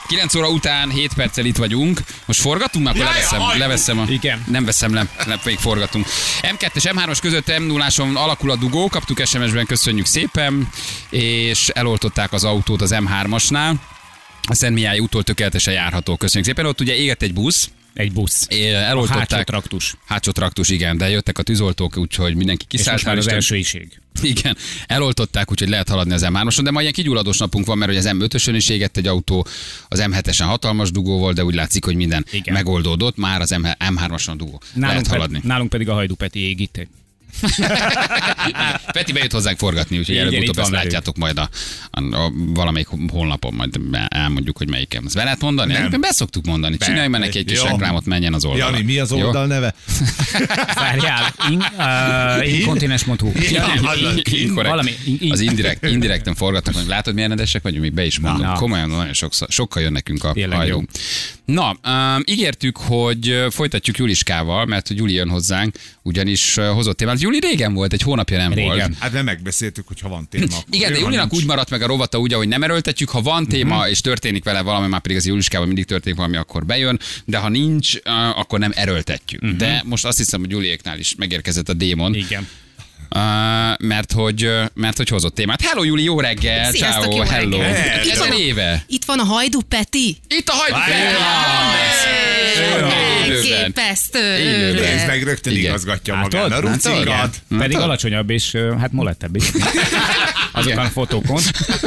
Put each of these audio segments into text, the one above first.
9 óra után 7 perccel itt vagyunk. Most forgatunk, akkor leveszem Igen. Nem veszem le, még forgatunk. M2-es, M3-as között M0-áson alakul a dugó, kaptuk SMS-ben, köszönjük szépen, és eloltották az autót az M3-asnál. A Szentmihály úttól tökéletesen járható, köszönjük szépen. Ott ugye égett egy busz. Egy busz. Eloltották. Hátsó traktus. Hátsó traktus, igen, de jöttek a tűzoltók, úgyhogy mindenki kiszállt. És most már az elsőiség. Igen, eloltották, úgyhogy lehet haladni az M3-oson, de ma ilyen kigyulladós napunk van, mert hogy az M5-ösön is égett egy autó, az M7-esen hatalmas dugó volt, de úgy látszik, hogy minden megoldódott, már az M3-ason dugó. Lehet haladni. Nálunk pedig a Hajdú Peti égít. Peti bejött hozzánk forgatni, úgyhogy előbb-utóbb ezt látjátok majd a valamelyik honlapon, majd elmondjuk, hogy melyiken. Ezt be lehet mondani? Nem. Be szoktuk mondani. Csinálj már neki egy kis reklámot, menjen az oldalra. Jani, mi az oldal neve? Várjál, inkontinens.hu. Valami. Az indirekten forgatnak, hogy látod, milyen edesek vagyunk, még be is mondom. Komolyan, nagyon sokkal jön nekünk a Hajdú. Na, ígértük, hogy folytatjuk Juliskával, mert hogy Juli jön hozzánk, ugyanis hozott témát. Juli régen volt, egy hónapja nem volt. Hát nem megbeszéltük, hogy ha van téma. Igen, de Julinak úgy maradt meg a rovata úgy, ahogy nem erőltetjük, ha van téma és történik vele valami, már pedig az Juliskával mindig történik valami, akkor bejön, de ha nincs, akkor nem erőltetjük. De most azt hiszem, hogy Juliéknál is megérkezett a démon. Igen. Mert hogy hozott témát. Hello Juli, jó reggel! Sziasztok, Ciao, jó hello! reggel. Ez a néve? Itt van a Hajdú Peti. Itt a Hajdú Peti! Elképesztő. Nézd meg, rögtön igazgatja magát a rucikat. Pedig alacsonyabb és hát molettebb is. Azokon a fotókon.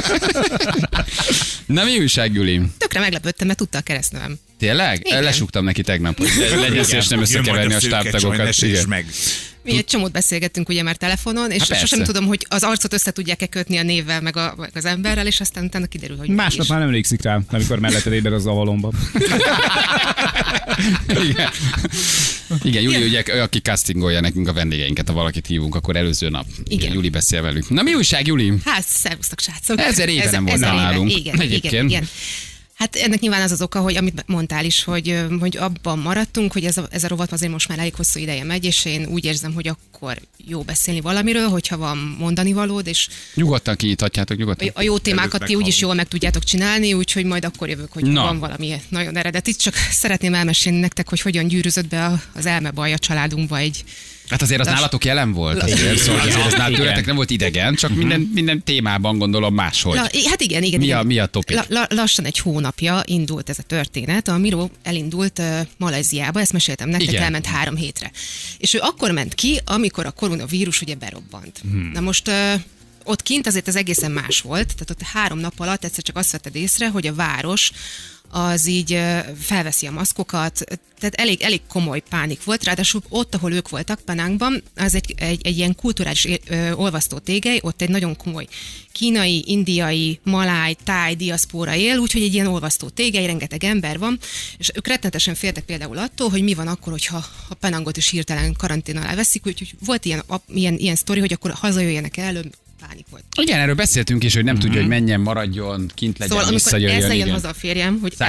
Na mi újság, Juli? Tökre meglepődtem, mert tudta a keresztnevem. Tényleg? Igen. Lesúgtam neki tegnap, hogy legyen szíves nem összekeverni a stábtagokat. Mi egy csomót beszélgettünk ugye már telefonon, és sosem tudom, hogy az arcot össze tudják-e kötni a névvel, meg az emberrel, és aztán utána kiderül, hogy másnap már nem emlékszik rá, amikor melletted éber az avalomban. Igen, Juli ugye, aki castingolja nekünk a vendégeinket, ha valakit hívunk, akkor előző nap. Igen. Juli beszél velük. Na mi újság, Juli? Hát, szervusztok, srácok. 1000 éve nem voltál nálunk. Igen. Hát ennek nyilván az oka, hogy amit mondtál is, hogy abban maradtunk, hogy ez a rovat azért most már elég hosszú ideje megy, és én úgy érzem, hogy akkor jó beszélni valamiről, hogyha van mondani valód, és nyugodtan kinyithatjátok, nyugodtan. A jó témákat ti úgyis jól meg tudjátok csinálni, úgyhogy majd akkor jövök, hogy van valami nagyon eredeti. Csak szeretném elmesélni nektek, hogy hogyan gyűrűzött be az elmebaj a családunkba egy... Hát azért az nálatok jelen volt. Szóval azért az tőletek nem volt idegen, csak minden témában gondolom máshogy. Hát igen. Mi a topik? Lassan egy hónapja indult ez a történet. A Miro elindult Malajziába, ezt meséltem nektek, elment 3 hétre. És ő akkor ment ki, amikor a koronavírus ugye berobbant. Na most... ott kint azért az egészen más volt, tehát ott 3 nap alatt egyszer csak azt vetted észre, hogy a város az így felveszi a maszkokat, tehát elég komoly pánik volt, ráadásul ott, ahol ők voltak, Penangban, az egy ilyen kulturális olvasztó tégely, ott egy nagyon komoly kínai, indiai, maláj, táj diaszpóra él, úgyhogy egy ilyen olvasztó tégely, rengeteg ember van, és ők rettenetesen féltek például attól, hogy mi van akkor, hogyha a Penangot is hirtelen karantén alá veszik, úgyhogy volt ilyen sztori, hogy akkor hazajöjjenek el, pánik volt. Igen, erről beszéltünk is, hogy nem tudja, hogy menjen, maradjon, kint legyen, szóval, visszajöjjön. Szóval amikor jön haza a férjem, hogy...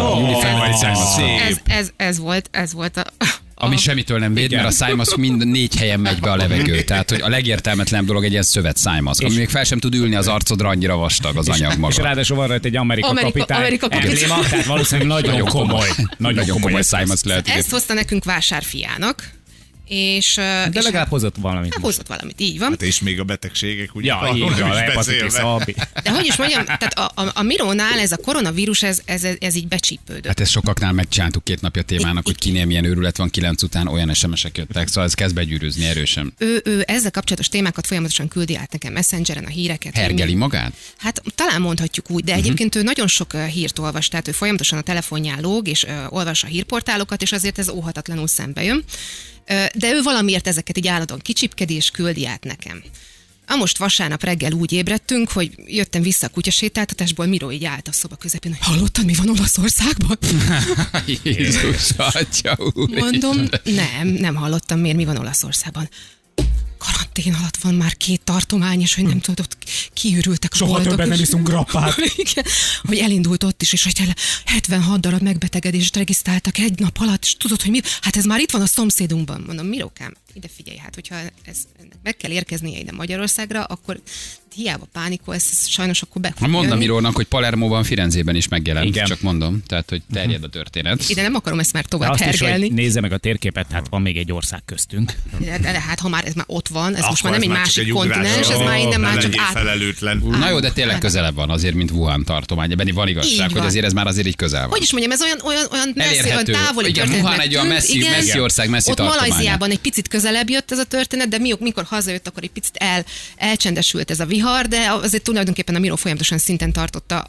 Ez volt a... Ami semmitől nem véd, mert a szájmaszk mind 4 helyen megy be a levegő. Tehát, hogy a legértelmetlenebb dolog egy ilyen szövet szájmaszk, ami még fel sem tud ülni az arcodra, annyira vastag az anyag maga. És ráadásul van rajta egy Amerika kapitány. Tehát valószínűleg nagyon komoly szájmaszk lehet. Ezt hozta nekünk vásárfiának. De legalább hozott valamit. Hát hozott valamit, így van. Hát és még a betegségek, ugye? Ja, így van, hepatitis A. De hogy is mondjam, tehát a Mirónál ez a koronavírus, ez így becsípődött. Hát ezt sokaknál megcsináltuk 2 napja témának, hogy kinél milyen őrület van, 9 után olyan SMS-ek jöttek, szóval ez kezd begyűrűzni erősen. Ő ezzel kapcsolatos témákat folyamatosan küldi át nekem Messengeren a híreket. Hergeli magát? Hát talán mondhatjuk úgy, de egyébként ő nagyon sok hírt olvas, tehát ő folyamatosan a telefonján lóg, és olvas a hírportálokat, és azért ez óhatatlanul szembe jön. De ő valamiért ezeket így állandóan kicsipkedi és küldi át nekem. Most vasárnap reggel úgy ébredtünk, hogy jöttem vissza a kutyasétáltatásból, Miró így állt a szoba közepén, hogy hallottad, mi van Olaszországban? Jézus, atya úr. Mondom, nem hallottam, miért mi van Olaszországban. Karantén alatt van már 2 tartomány, és hogy nem tudod, kiürültek a soha boltok. Soha többet nem iszunk grappát. Igen, hogy elindult ott is, és hogy 76 darab megbetegedést regisztráltak egy nap alatt, és tudod, hogy mi? Hát ez már itt van a szomszédunkban. Mondom, Mirókám, ide figyelj, hát hogyha ennek meg kell érkeznie ide Magyarországra, akkor hiába pánikolsz, sajnos akkor be fog Mondom Mirónak, hogy Palermóban, Firenzében is megjelent, igen. Csak mondom, tehát hogy terjed a történet. Ide nem akarom ezt már tovább hergelni. Nézze meg a térképet, hát van még egy ország köztünk. De hát ha már ez már ott van, ez most már nem egy másik kontinens, ez már innen már csak felelőtlen. Na jó, de tényleg közelebb van azért, mint Wuhan tartomány. Ebben van igazság, hogy azért ez már azért így közel van. Hogy is mondjam, ez olyan messzi, olyan távoli történet. Igen, Wuhan egy olyan messzi ország, messzi tartomány. Ott Malajziában egy picit közelebb jött ez a történet, de mikor hazajött, akkor egy picit elcsendesült ez a vihar, de azért tulajdonképpen a Miró folyamatosan szinten tartotta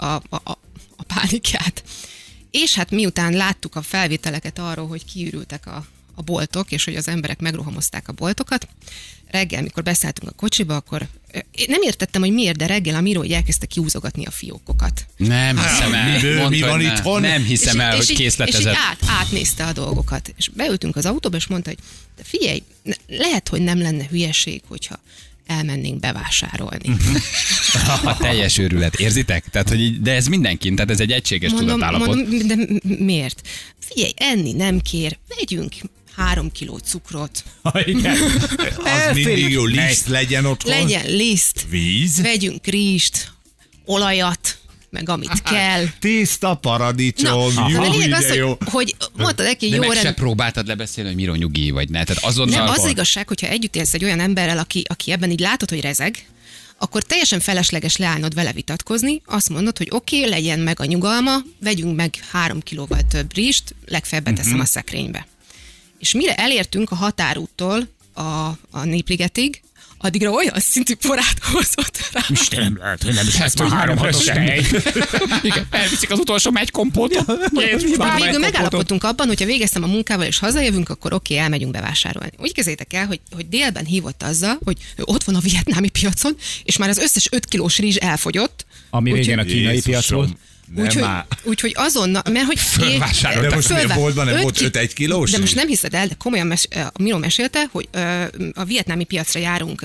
a pánikját. És hát miután láttuk a felvételeket arról, hogy kiürültek a boltok, és hogy az emberek megrohamozták a boltokat, reggel, mikor beszálltunk a kocsiba, akkor én nem értettem, hogy miért, de reggel a Miró elkezdte kiúzogatni a fiókokat. Nem hiszem el. Mi van itthon? Nem hiszem el, hogy készletezett. És így átnézte a dolgokat. És beültünk az autóba, és mondta, hogy de figyelj, lehet, hogy nem lenne hülyeség, hogyha elmennénk bevásárolni. A teljes őrület. Érzitek? Tehát, hogy de ez mindenkin, tehát ez egy egységes tudatállapot. Mondom, de miért? Figyelj, enni nem kér, vegyünk 3 kiló cukrot. Igen. Az mindig jó, liszt legyen otthon. Legyen liszt. Víz. Vegyünk rizst, olajat, meg amit kell. Tészta, paradicsom, jó, lényeg az, hogy mondtad neki, de jó meg se próbáltad lebeszélni, hogy Miró nyugi vagy ne. Tehát azonnal nem, az igazság, hogyha együtt élsz egy olyan emberrel, aki ebben így látod, hogy rezeg, akkor teljesen felesleges leállnod vele vitatkozni, azt mondod, hogy oké, legyen meg a nyugalma, vegyünk meg 3 kilóval több rizst, legfeljebb beteszem a szekrénybe. És mire elértünk a határúttól a Népligetig, addigra olyan szintű porát hozott rá. Istenem, lehet, hogy nem is lesz már 3-6-os tej. Igen, elviszik az utolsó megykompótot. Végül megállapodtunk abban, hogyha végeztem a munkával és hazajövünk, akkor oké, elmegyünk bevásárolni. Úgy képzeljétek el, hogy délben hívott azzal, hogy ott van a vietnámi piacon, és már az összes 5 kilós rizs elfogyott. Ami régen a kínai piac volt. Úgyhogy azonnal, mert hogy... De most miért boltban nem volt 5-1 kilós? De most nem hiszed el, de komolyan Miró mesélte, hogy a vietnámi piacra járunk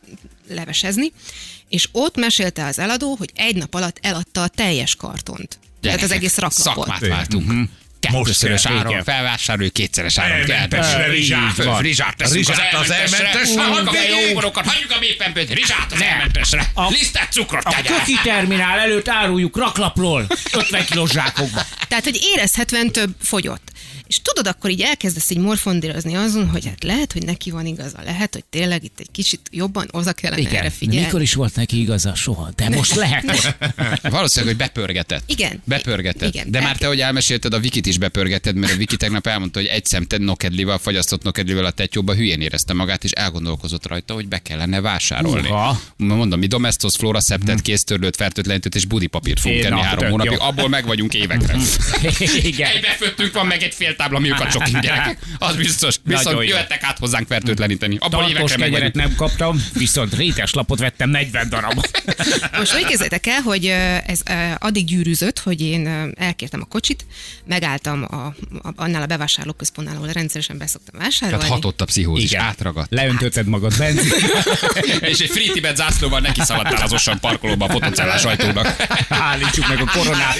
levesezni, és ott mesélte az eladó, hogy egy nap alatt eladta a teljes kartont. Tehát az egész raklapot. Szakmát váltunk. Kettőszörös áron felvásárolj, kétszeres áron kell. Rizsát teszünk az elmentesre. Hagyjuk a mépenpőt, rizsát az elmentesre. Lisztet, cukrot tegyel. A Köki terminál előtt áruljuk raklapról 50 kilós zsákokba. Tehát, hogy érezhetően több fogyott. És tudod, akkor így elkezdesz így morfondírozni azon, hogy hát lehet, hogy neki van igaza, lehet, hogy tényleg itt egy kicsit jobban oda kellene erre figyelni. Mikor is volt neki igaza? Soha. De most lehet. Valószínűleg, hogy bepörgetett. Igen. Bepörgetett. Igen. De már te, hogy elmesélted, a Vikit is bepörgetted, mert a Viki tegnap elmondta, hogy egy szemted nokedlivel, fagyasztott nokedlivel a tetyóba hülyén érezte magát, és elgondolkozott rajta, hogy be kellene vásárolni. Mondom, mi Domestos, Floraseptet, kéztörlőt, fertőtlenítőt és budipapírt fogunk kenni 3 hónapig. Abból meg vagyunk évekre. Egy befőttünk van, meg egy fél tábla miukacsoking gyerekek. Az biztos. Viszont jöttek át hozzánk fertőtleníteni. Abból tartós kenyeret nem kaptam, viszont rétes lapot vettem 40 darabot. Most úgy képzeljétek el, hogy ez addig gyűrűzött, hogy én elkértem a kocsit, megálltam annál a bevásárlóközpontnál, ahol rendszeresen beszoktam vásárolni. Tehát hatott a pszichózis, átragadt. Leöntötted magad benzin. És egy Free Tibet zászlóval neki szaladtál az Ossan parkolóba a fotocellás ajtónak. Állítsuk meg a koronát.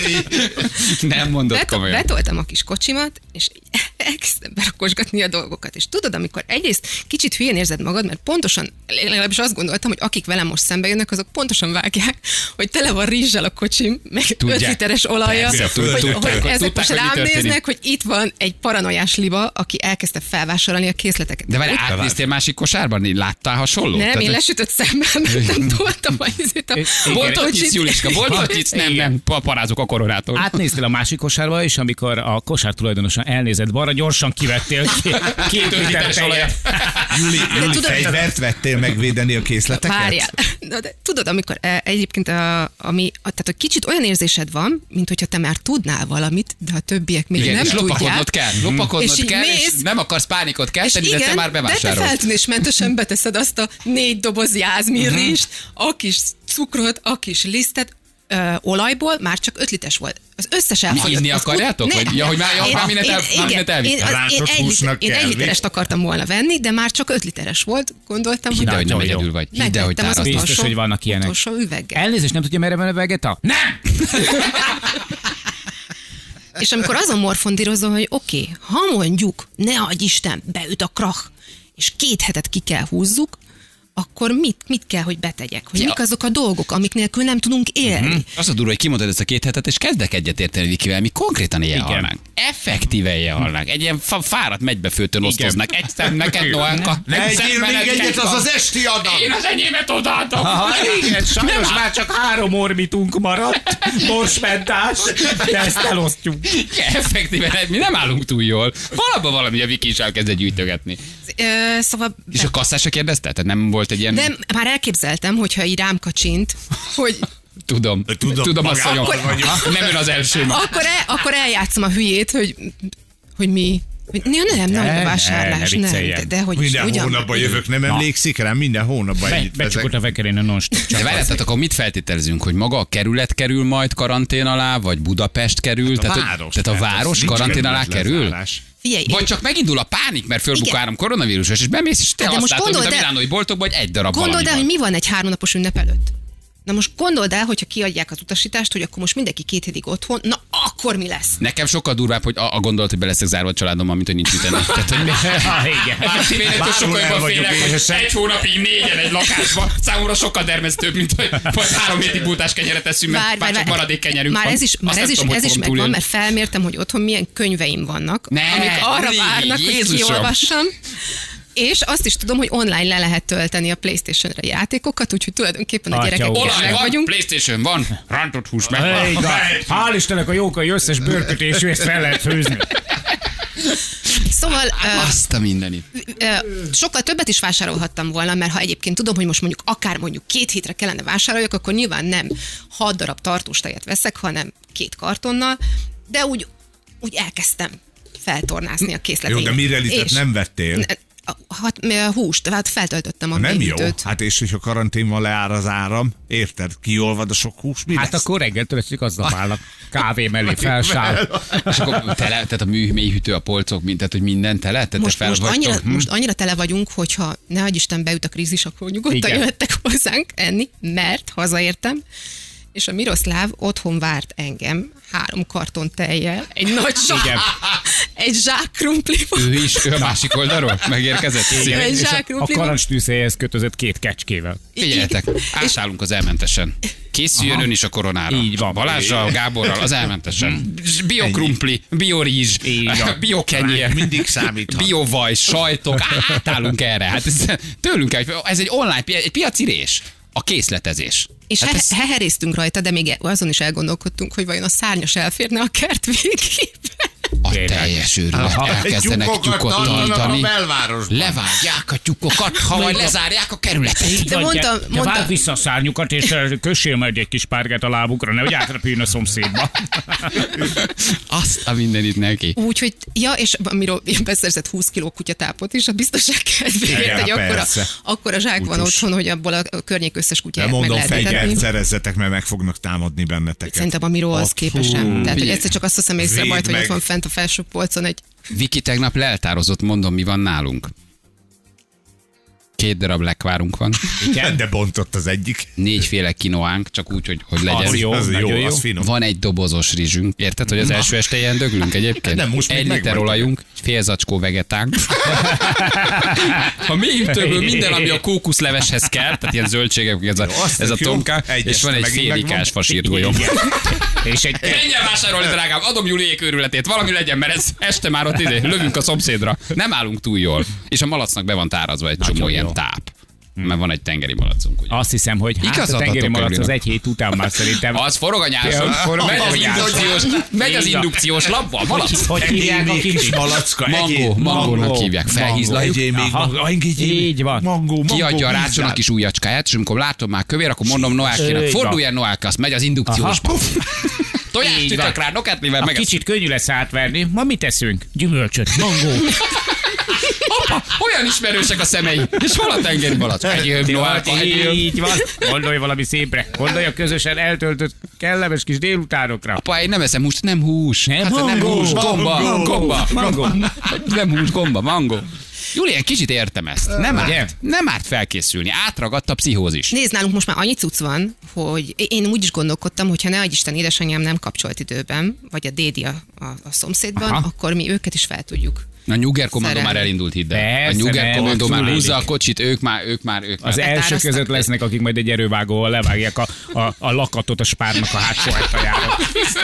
Nem mondod komolyan. Betoltam a kis kocsimat, és elkezdtem berakosgatni a dolgokat. És tudod, amikor egyrészt kicsit hülyén érzed magad, mert pontosan, legalábbis azt gondoltam, hogy akik velem most szembe jönnek, azok pontosan vágják, hogy tele van rizssel a kocsim, meg 5 literes olaja, hogy ezek most rám néznek, hogy itt van egy paranoiás liba, aki elkezdte felvásárolni a készleteket. De várj, átnéztél másik kosárban? Láttál hasonlót? Nem, én lesütött szemben, nem toltam a izét. Boltocsic, Juliska, boltocsic, nem, parázok a koronától. Átnéztél a másik kosárba, és amikor a kosár tulajdonosan elnézett balra, gyorsan kivettél 2 literes olajat. Júli, fegyvert vettél megvédeni a készleteket? Várjál. De tudod, amikor egyébként tehát hogy kicsit olyan érzésed van, mint hogyha te már tudnál valamit, de a többiek még nem tudják. Lopakodnod kell, és nem akarsz pánikot kelteni, de te már bevásárolsz. De te feltűnésmentesen beteszed azt a 4 doboz jázmirist, a kis cukrot, a kis lisztet, olajból már csak 5 literes volt. Az összes elfogyott. Inni akarjátok? Hogy már mindent elvitt. Én 1 literest akartam volna venni, de már csak 5 literes volt. Gondoltam, hogy nem egyedül vagy. Megvettem az biztos, hogy vannak ilyenek. utolsó üveggel. Elnézést, nem tudja, merre van a vegeta? Nem! És amikor azon morfondírozom, hogy oké, ha mondjuk, ne adj Isten, beüt a krach, és 2 hetet ki kell húzzuk, akkor mit kell, hogy betegyek? Hogy mik azok a dolgok, amik nélkül nem tudunk élni? Az a durva, hogy kimondod ezt a 2 hetet, és kezdek egyetérteni Vikivel, mi konkrétan ilyen halnánk. Effektíven ilyen halnánk. Egy ilyen fáradt megybefőtön osztoznak. Egyszer neked, Noálka. Legyél még egyet, az eszti adag. Én az enyémet odaadom. Igen, sajnos már csak 3 orbitunk maradt, borsmentás, de ezt elosztjuk. Effektíven, mi nem állunk túl jól. Valami a Viki is elkezdett gyűjtögetni. Szóval... És a kasszásra kérdezte? Tehát nem volt egy ilyen... Nem, már elképzeltem, hogyha így rám kacsint, hogy... Tudom, asszonyom. Nem ön az első ma. Akkor eljátszom a hülyét, hogy mi... Nem a vásárlás, de hogy minden hónapban jövök, nem emlékszik rám? Minden hónapban becsukott a vekerén a nost. De várjátok, akkor mit feltételezünk, hogy maga a kerület kerül majd karantén alá, vagy Budapest kerül? Tehát a város karantén alá kerül? Figyelj, vagy csak megindul a pánik, mert fölbukál 3 koronavírusos, és bemész, és te azt látod, mint a milánói boltokban, hogy 1 darab valami Gondold el, van. hogy mi van egy 3 napos ünnep előtt. Na most gondold el, hogyha kiadják az utasítást, hogy akkor most mindenki 2 hétig otthon, na akkor mi lesz? Nekem sokkal durvább, hogy a gondolat, hogy be leszek zárva a családommal, mint hogy nincs internet. Tehát, hogy igen. sokkal jobban félek, hogy 1 hónapig 4-en egy lakásban. Számomra sokkal dermesztőbb, mint hogy 3 hétig bútás kenyeret eszünk, mert már csak maradék kenyerünk van. Már ez is megvan, mert felmértem, hogy otthon milyen könyveim vannak, amik arra várnak, hogy kiolvassam. És azt is tudom, hogy online le lehet tölteni a PlayStation-re játékokat, úgyhogy tulajdonképpen a gyerekek meg vagyunk. PlayStation van, rántott hús megvan. Hál' Istennek a jókai összes bőrkötésű, ezt fel lehet főzni. Szóval azt a mindenit. Sokkal többet is vásárolhattam volna, mert ha egyébként tudom, hogy most mondjuk akár 2 hétre kellene vásároljak, akkor nyilván nem 6 darab tartós tejet veszek, hanem 2 kartonnal, de úgy elkezdtem feltornászni a készletét. Jó, de mirelitert nem vettél? Húst, hát feltöltöttem a nem mélyhűtőt. Jó, hát és a karanténban leáll az áram, érted? Kiolvad a sok hús, mi hát lesz? Akkor reggeltől eszik azzal állnak. Kávé mellé felsál. És akkor tele, tehát a mélyhűtő, a polcok, tehát hogy minden tele? Most annyira tele vagyunk, hogyha ne adj Isten beüt a krízis, akkor nyugodtan jöttek hozzánk enni, mert hazaértem, és a Miroszláv otthon várt engem 3 karton tejjel, egy nagy egy zsák krumplival. Ő a másik oldalról megérkezett. Egy zsák krumplival. A karancstűzéhez kötözött 2 kecskével. Figyeljetek, átállunk az elmentesen. Készüljön ön is a koronára. Így van. Balázsral, Gáborral, az elmentesen. Biokrumpli, biorizs, biokenyér. Mindig számíthat. Biovaj, sajtok, átállunk erre. Hát tőlünk ez egy online, egy piacirés. A készletezés. És heheréztünk rajta, de még azon is elgondolkodtunk, hogy vajon a szárnyas elférne a kert végébe. A teljes őrület, elkezdenek tyúkot tartani. Levágják a tyúkokat, ha majd lezárják a kerületet. De mondta, vágd vissza a szárnyukat, és kössél majd egy kis párgát a lábukra, nehogy átrepüljön a szomszédba. Azt a mindenit neki. Úgyhogy, és amiről beszerzett 20 kiló kutyatápot is, a biztoság kedvéért, hogy akkora zsák van otthon, hogy abból a környék összes kutyáját meg lehet etetni. Fegyvert szerezzetek, mert meg fognak támadni benneteket. Szerintem amiről az képesen. Tehát, hogy egyszer csak azt hiszem észre majd, hogy ott van fent a felső polcon egy... Viki tegnap leltározott, mondom, mi van nálunk. 2 darab lekvárunk van. Igen, de bontott az egyik. 4 féle kinoánk, csak úgy, hogy legyen. Az jó, az finom. Van egy dobozos rizsünk. Érted, hogy az első este ilyen döglünk egyébként? Nem, most 1 liter olajunk, fél zacskó vegetánk. A mélyhűtőből minden, ami a kókuszleveshez kell, tehát ilyen zöldségek, ez a tomka, és van egy félikás fasírt golyom. És egy menjen vásárolni, drágám, adom Juliék őrületét, valami legyen, mert ez este már ott lövünk a szomszédra. Nem állunk túl jól. És a malacnak be van tárazva egy csomó ilyen táp. Mert van egy tengeri malacunk. Ugye? Azt hiszem, hogy a tengeri malac az 1 hét után már szerintem. Az forog a nyáson. Megy az indukciós labba, malac. Hogy hívják a kis malacka? Mangónak hívják. Felhízlaljuk. Így van. Kiadja a rácson a kis ujjacskáját, és amikor látom már kövér, akkor mondom Noálkének, fordulj el Noálka, azt megy az indukciósba. Tojás sütök rá, nokátlivel meg. Kicsit könnyű lesz átverni. Ma mit teszünk? Gyümölcsöt, mangó. Olyan ismerősek a szemei. És hol a tengeri malac? Így van. Gondolj valami szépre. Gondolj a közösen eltöltött kellemes kis délutánokra. Apa, én nem eszem húst, nem hús. Nem, hát, nem hús, gomba. Nem hús, gomba, mango. Júli, egy kicsit értem ezt. Nem árt felkészülni. Átragadt a pszichózis. Nézd, nálunk most már annyi cucc van, hogy én úgy is gondolkodtam, hogy ha ne adj Isten édesanyám nem kapcsolt időben, vagy a dédi a szomszédban, akkor mi őket is fel tudjuk. A Nyuger kommandó már elindult, hidd el. A Nyuger kommandó már húzza a kocsit, ők már. Az első között lesznek, akik majd egy erővágóval levágják a lakatot a Spárnak a hátsó ajtajára.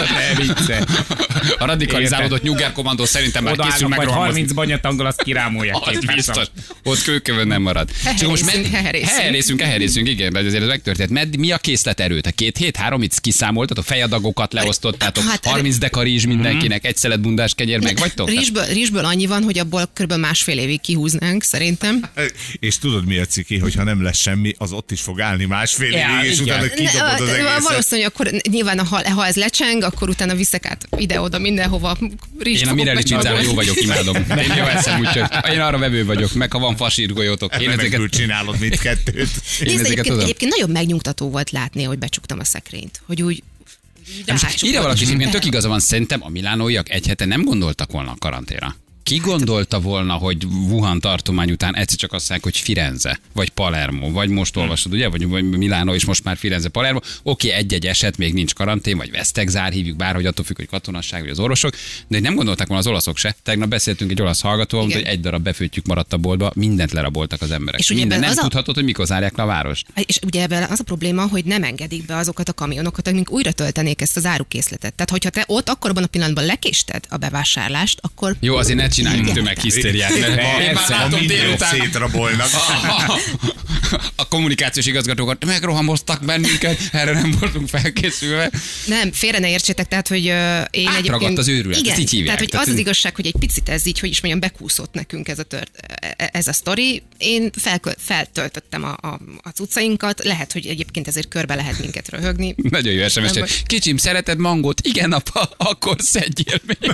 A radikalizálódott Nyuger kommandó szerintem már készül meg rohamozni. 30 banyatanggal azt kirámolják. Az biztos. Ott kőkövön nem marad. Csak most eherészünk, igen, de azért ez megtörtént. Mi a készleterő? Te 2 hét, 3 itt kiszámoltad, a fejadagokat leosztottátok, 30 deka rizs mindenkinek, egy szelet bundás kenyér, meg vagytok? Rizsből annyi van, hogy abból kb. 1,5 évig kihúznánk, szerintem. És tudod mi a ciki, hogyha nem lesz semmi, az ott is fog állni 1,5 évig, és utána kidobod az egészet. Valószínű, akkor nyilván, ha ez lecseng, akkor utána viszek át ide-oda mindenhova. Én a Mirelli csizával jó vagyok, imádom. Én jó eszem, úgyhogy én arra vevő vagyok, meg ha van fasírgolyótok. Én ezeket csinálod mindkettőt. Egyébként nagyon megnyugtató volt látni, hogy becsuktam a szekrényt. Hogy úgy ide valaki, hogy tök igaza van, szerintem a milánóiak egy hete nem gondoltak volna a karanténra. Ki gondolta volna, hogy Wuhan tartomány után egyszer csak azt mondják, hogy Firenze, vagy Palermo, vagy most olvasod, ugye, vagy Milánó, és most már Firenze, Palermo. Oké, egy-egy eset még nincs karantén, vagy vesztegzár hívjuk, bárhogy attól függ, hogy katonasság, vagy az orvosok, de nem gondolták volna az olaszok se. Tegnap beszéltünk egy olasz hallgatóval, hogy egy darab befőtjük maradt a boltba, mindent leraboltak az emberek. És minden nem tudhatod, hogy mikor zárják le a várost. És ugye ebben az a probléma, hogy nem engedik be azokat a kamionokat, amik újra töltenék ezt az árukészletet. Tehát, hogyha te ott akkor abban a pillanatban lekésted a bevásárlást, akkor jó, azért ne csináljunk tömeghisztériát. Én már látom délután. Szétrabolnak. A kommunikációs igazgatókat megrohamoztak bennünket, erre nem voltunk felkészülve. Nem, félre ne értsétek, tehát, hogy én egyébként... az őrület, igen, ezt így hívják. Tehát, hogy az igazság, hogy egy picit ez így, hogy is mondjam, bekúszott nekünk ez a sztori. Én feltöltöttem a cuccainkat, lehet, hogy egyébként ezért körbe lehet minket röhögni. Nagyon jó SMS. Kicsim, szereted mangót? Igen, apa, akkor szedjél még.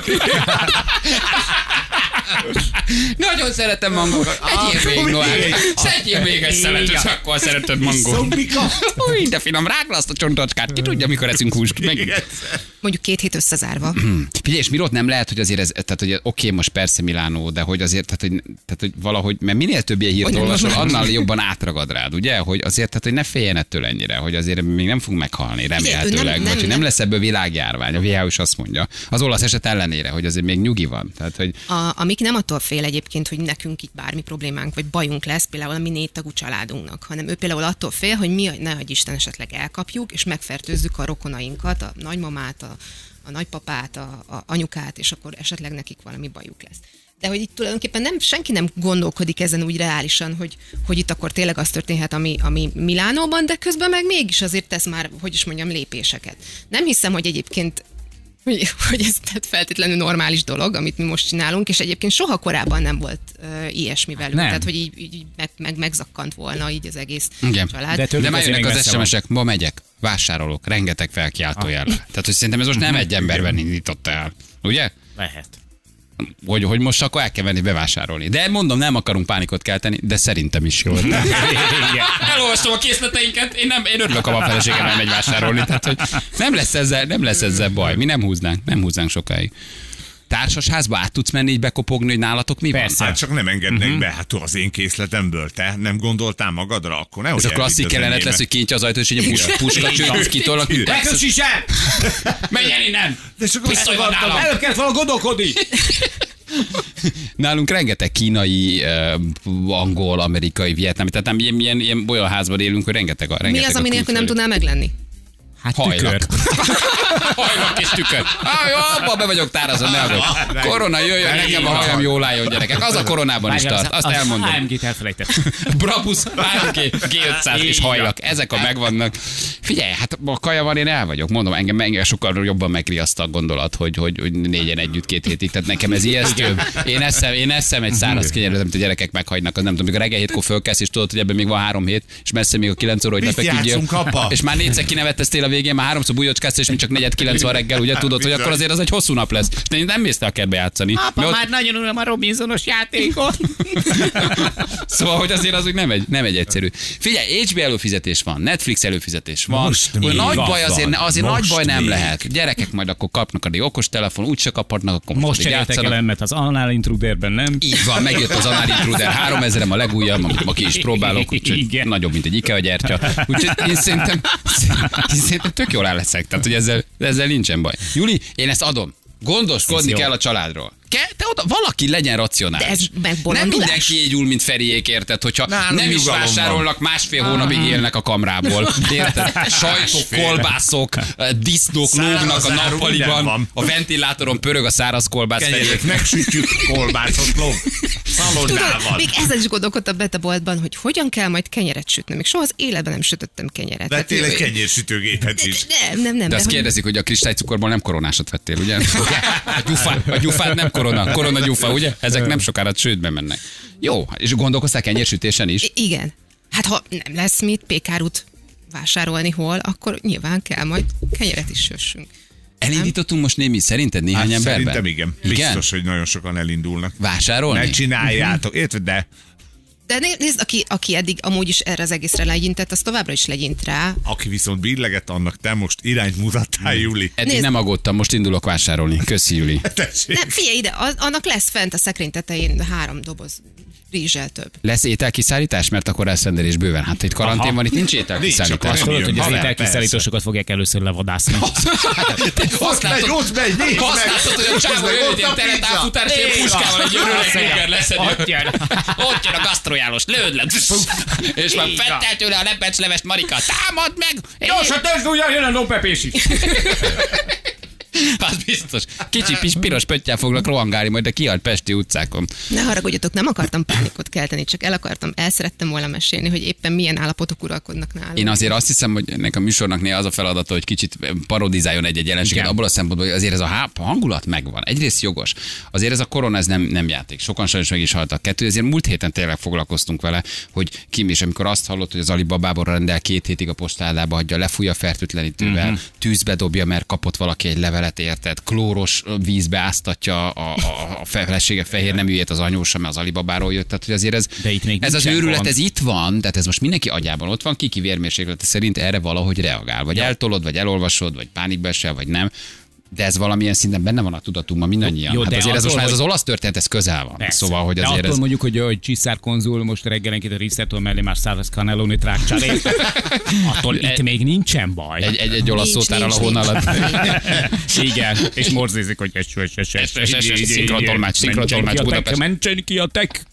Nagyon szeretem mangókat. Egyél még, Noár. Szedjél még egy szeletet, csak akkor szereted mangót. Új, de finom, rágd le azt a csontocskát. Ki tudja, mikor eszünk húst. Mondjuk 2 hét összezárva. Figyelj, és Mirot nem lehet, hogy azért ez, tehát hogy oké, most persze Milánó, de hogy azért, tehát hogy valahogy, mert minél több ilyen hírt olvasol, annál jobban átragad rád, ugye? Hogy azért, tehát hogy ne féljen ettől ennyire, hogy azért még nem fogunk meghalni, remélhetőleg, vagy hogy nem lesz ebből világjárvány. A WHO is azt mondja. Az olasz eset ellenére, hogy azért még nyugi van. Tehát, hogy... Amik nem attól fél egyébként, hogy nekünk itt bármi problémánk vagy bajunk lesz, például a mi 4 tagú családunknak, hanem ő például attól fél, hogy mi, nehogy Isten esetleg elkapjuk, és megfertőzzük a rokonainkat, a nagymamát, a nagypapát, a anyukát, és akkor esetleg nekik valami bajuk lesz. De hogy itt tulajdonképpen senki nem gondolkodik ezen úgy reálisan, hogy itt akkor tényleg az történhet, ami Milánóban, de közben meg mégis azért tesz már, hogy is mondjam, lépéseket. Nem hiszem, hogy egyébként hogy ez feltétlenül normális dolog, amit mi most csinálunk, és egyébként soha korábban nem volt ilyesmi velünk. Tehát, hogy így megzakkant volna így az egész család. De már jönnek az SMS-ek, ma megyek, vásárolok, rengeteg felkiáltójel. Tehát, hogy szerintem ez most nem egy emberben indította el. Ugye? Lehet. Hogy most akkor el kell menni bevásárolni. De mondom, nem akarunk pánikot kelteni, de szerintem is jó. Elolvastam a készleteinket, én örülök, ha a feleségem elmegy vásárolni. Tehát, hogy nem lesz ezzel baj. Mi nem húznánk sokáig. Társasházba át tudsz menni, így bekopogni, hogy nálatok mi van? Hát csak nem engednek be, hát az én készletemből, te nem gondoltál magadra, akkor nehogy. Ez a klasszik jelenet lesz, hogy kinyitja az ajtó, és így a puska csőt kitolnak. Megkösíts el! Menj el innen! De csak pisztoly van nálam! Előbb kellett volna gondolkodni! Nálunk rengeteg kínai, angol, amerikai, vietnámi, tehát nem ilyen olyan házban élünk, hogy rengeteg mi az, ami nélkül nem tudnál meglenni? Hát hajlak. Hajlak és tükör. Jó, abban be vagyok tárazva, ne aggódj. Korona jöjjön, nekem a hajam jól álljon, gyerekek. Az a koronában is tart, azt elmondom. Az AMG-t elfelejtett. Brabus, AMG, G500 és hajlak. Ezek a megvannak. Figyelj, hát a kaja van, én el vagyok. Mondom, engem sokkal jobban megriaszt a gondolat, hogy négyen együtt 2 hétig. Tehát nekem ez ijesztő. Én eszem egy száraz kenyeret, amit a gyerekek meghagynak. Az nem tudom, amikor reggel 7-kor fölkelsz, és tudod, hogy ebben még van 3 hét, és messze még a 9 óra, hogy lefeküdjél. És már 4-szer kineveteztél a végén már 3-szor bújocskálsz, és mi csak 4:09 van reggel, ugye tudod, hogy akkor azért az egy hosszú nap lesz. De nem mész te a kertbe játszani. Apa, már nagyon uram a Robinsonos játékot. Szóval, hogy azért az úgy nem egy egyszerű. Figyelj, HBO előfizetés van, Netflix előfizetés van. Nagy baj azért nagy baj nem lehet. Gyerekek majd akkor kapnak egy okos telefon, úgyse kaphatnak, akkor most cseréltek el emmet az Anal Intruderben, nem? Így van, megjött az Anal Intruder 3000 a legújabb, amit ma ki is próbálok, úgyhogy nagyobb, mint egy IKEA gyertya. Úgyhogy én szerintem tök jól el leszek, tehát hogy ezzel nincsen baj. Juli, én ezt adom. Gondoskodni kell a családról. Te oda, valaki legyen racionális. Nem mindenki így ül, mint Feriék, érted, hogyha nem is vásárolnak, másfél hónapig élnek a kamrából. Érted? Sajtok, kolbászok, disznók lógnak a nappaliban, a ventilátoron pörög a száraz kolbász. Feriék. Megsütjük kolbászot lóg. Tudod, még ezzel is gondolkodtam bent a boltban, hogy hogyan kell majd kenyeret sütni. Még soha az életben nem sütöttem kenyeret. De tényleg kenyérsütőgépet is. Nem. De azt kérdezik, hogy a kristálycukorból nem koronásat vettél, ugye? A gyufát nem korona gyufa, ugye? Ezek nem sokára csődbe mennek. Jó, és gondolkoztál kenyérsütésen is? Igen. Hát ha nem lesz mit pékárút vásárolni hol, akkor nyilván kell majd kenyeret is süssünk. Elindítottunk most szerinted néhány emberben? Szerintem igen. Biztos, hogy nagyon sokan elindulnak. Vásárolni? Ne csináljátok, érted, de... De nézd, aki eddig amúgy is erre az egészre legyintett, az továbbra is legyint rá. Aki viszont billegett, annak te most irányt mutattál, Juli. Eddig nem aggódtam, most indulok vásárolni. Köszi, Juli. Nem, figyelj ide, annak lesz fent a szekrény tetején 3 doboz rizssel több. Lesz ételkiszállítás, mert akkor elszrendelés bőven. Hát itt karantén van, itt nincs ételkiszállítás. Tudod, hogy az ételkiszállítósokat fogják először levadászni. Használtad, hogy a csávó jön, ilyen teletálfutár, és ilyen puskával egy örüleg leszed. Ott jön a gasztrojálós, lőd le. És már fettel tőle a lepecslevest, Marika, támad meg! Gyorsan, tőzsd úgy, jön a lópepés is. Az biztos. Kicsi piros pöttyel fognak rohangálni majd a kihalt pesti utcákon. Ne haragudjatok, nem akartam pánikot kelteni, csak el szerettem volna mesélni, hogy éppen milyen állapotok uralkodnak nálunk. Én azért azt hiszem, hogy ennek a műsornak néha az a feladata, hogy kicsit parodizáljon egy jelenséget, abból a szempontból, hogy azért ez a hangulat megvan. Egyrészt jogos. Azért ez a korona, ez nem játék. Sokan sajnos meg is haltak. Kettő, ezért múlt héten tényleg foglalkoztunk vele, hogy Kim, és amikor azt hallott, hogy az Alibabából rendel 2 hétig a postádába hagyja, lefújja fertőtlenítővel, tűzbe dobja, mert kapott valaki egy levelet, érted, klóros vízbe áztatja a felesége fehér neműjét az anyósa, mert az Alibabáról jött. Tehát, hogy azért ez az őrület, ez itt van, tehát ez most mindenki agyában ott van, kiki vérmérséklete szerint erre valahogy reagál. Vagy eltolod, vagy elolvasod, vagy pánikba esel, vagy nem. De ez valamilyen szinten benne van a tudatunkban mindannyian. Jó, hát azért ez most már az olasz történet, ez közel van. Persze. Szóval, hogy azért de attól mondjuk, hogy Csiszár konzul most reggelenként a Risztetől mellé már száraz cannelloni trágcsálé. Attól itt még nincsen baj. Egy olasz szótárral a hón alatt. Igen, és morzézik, hogy szinkrontolmács Budapest. Mentsen ki a tek.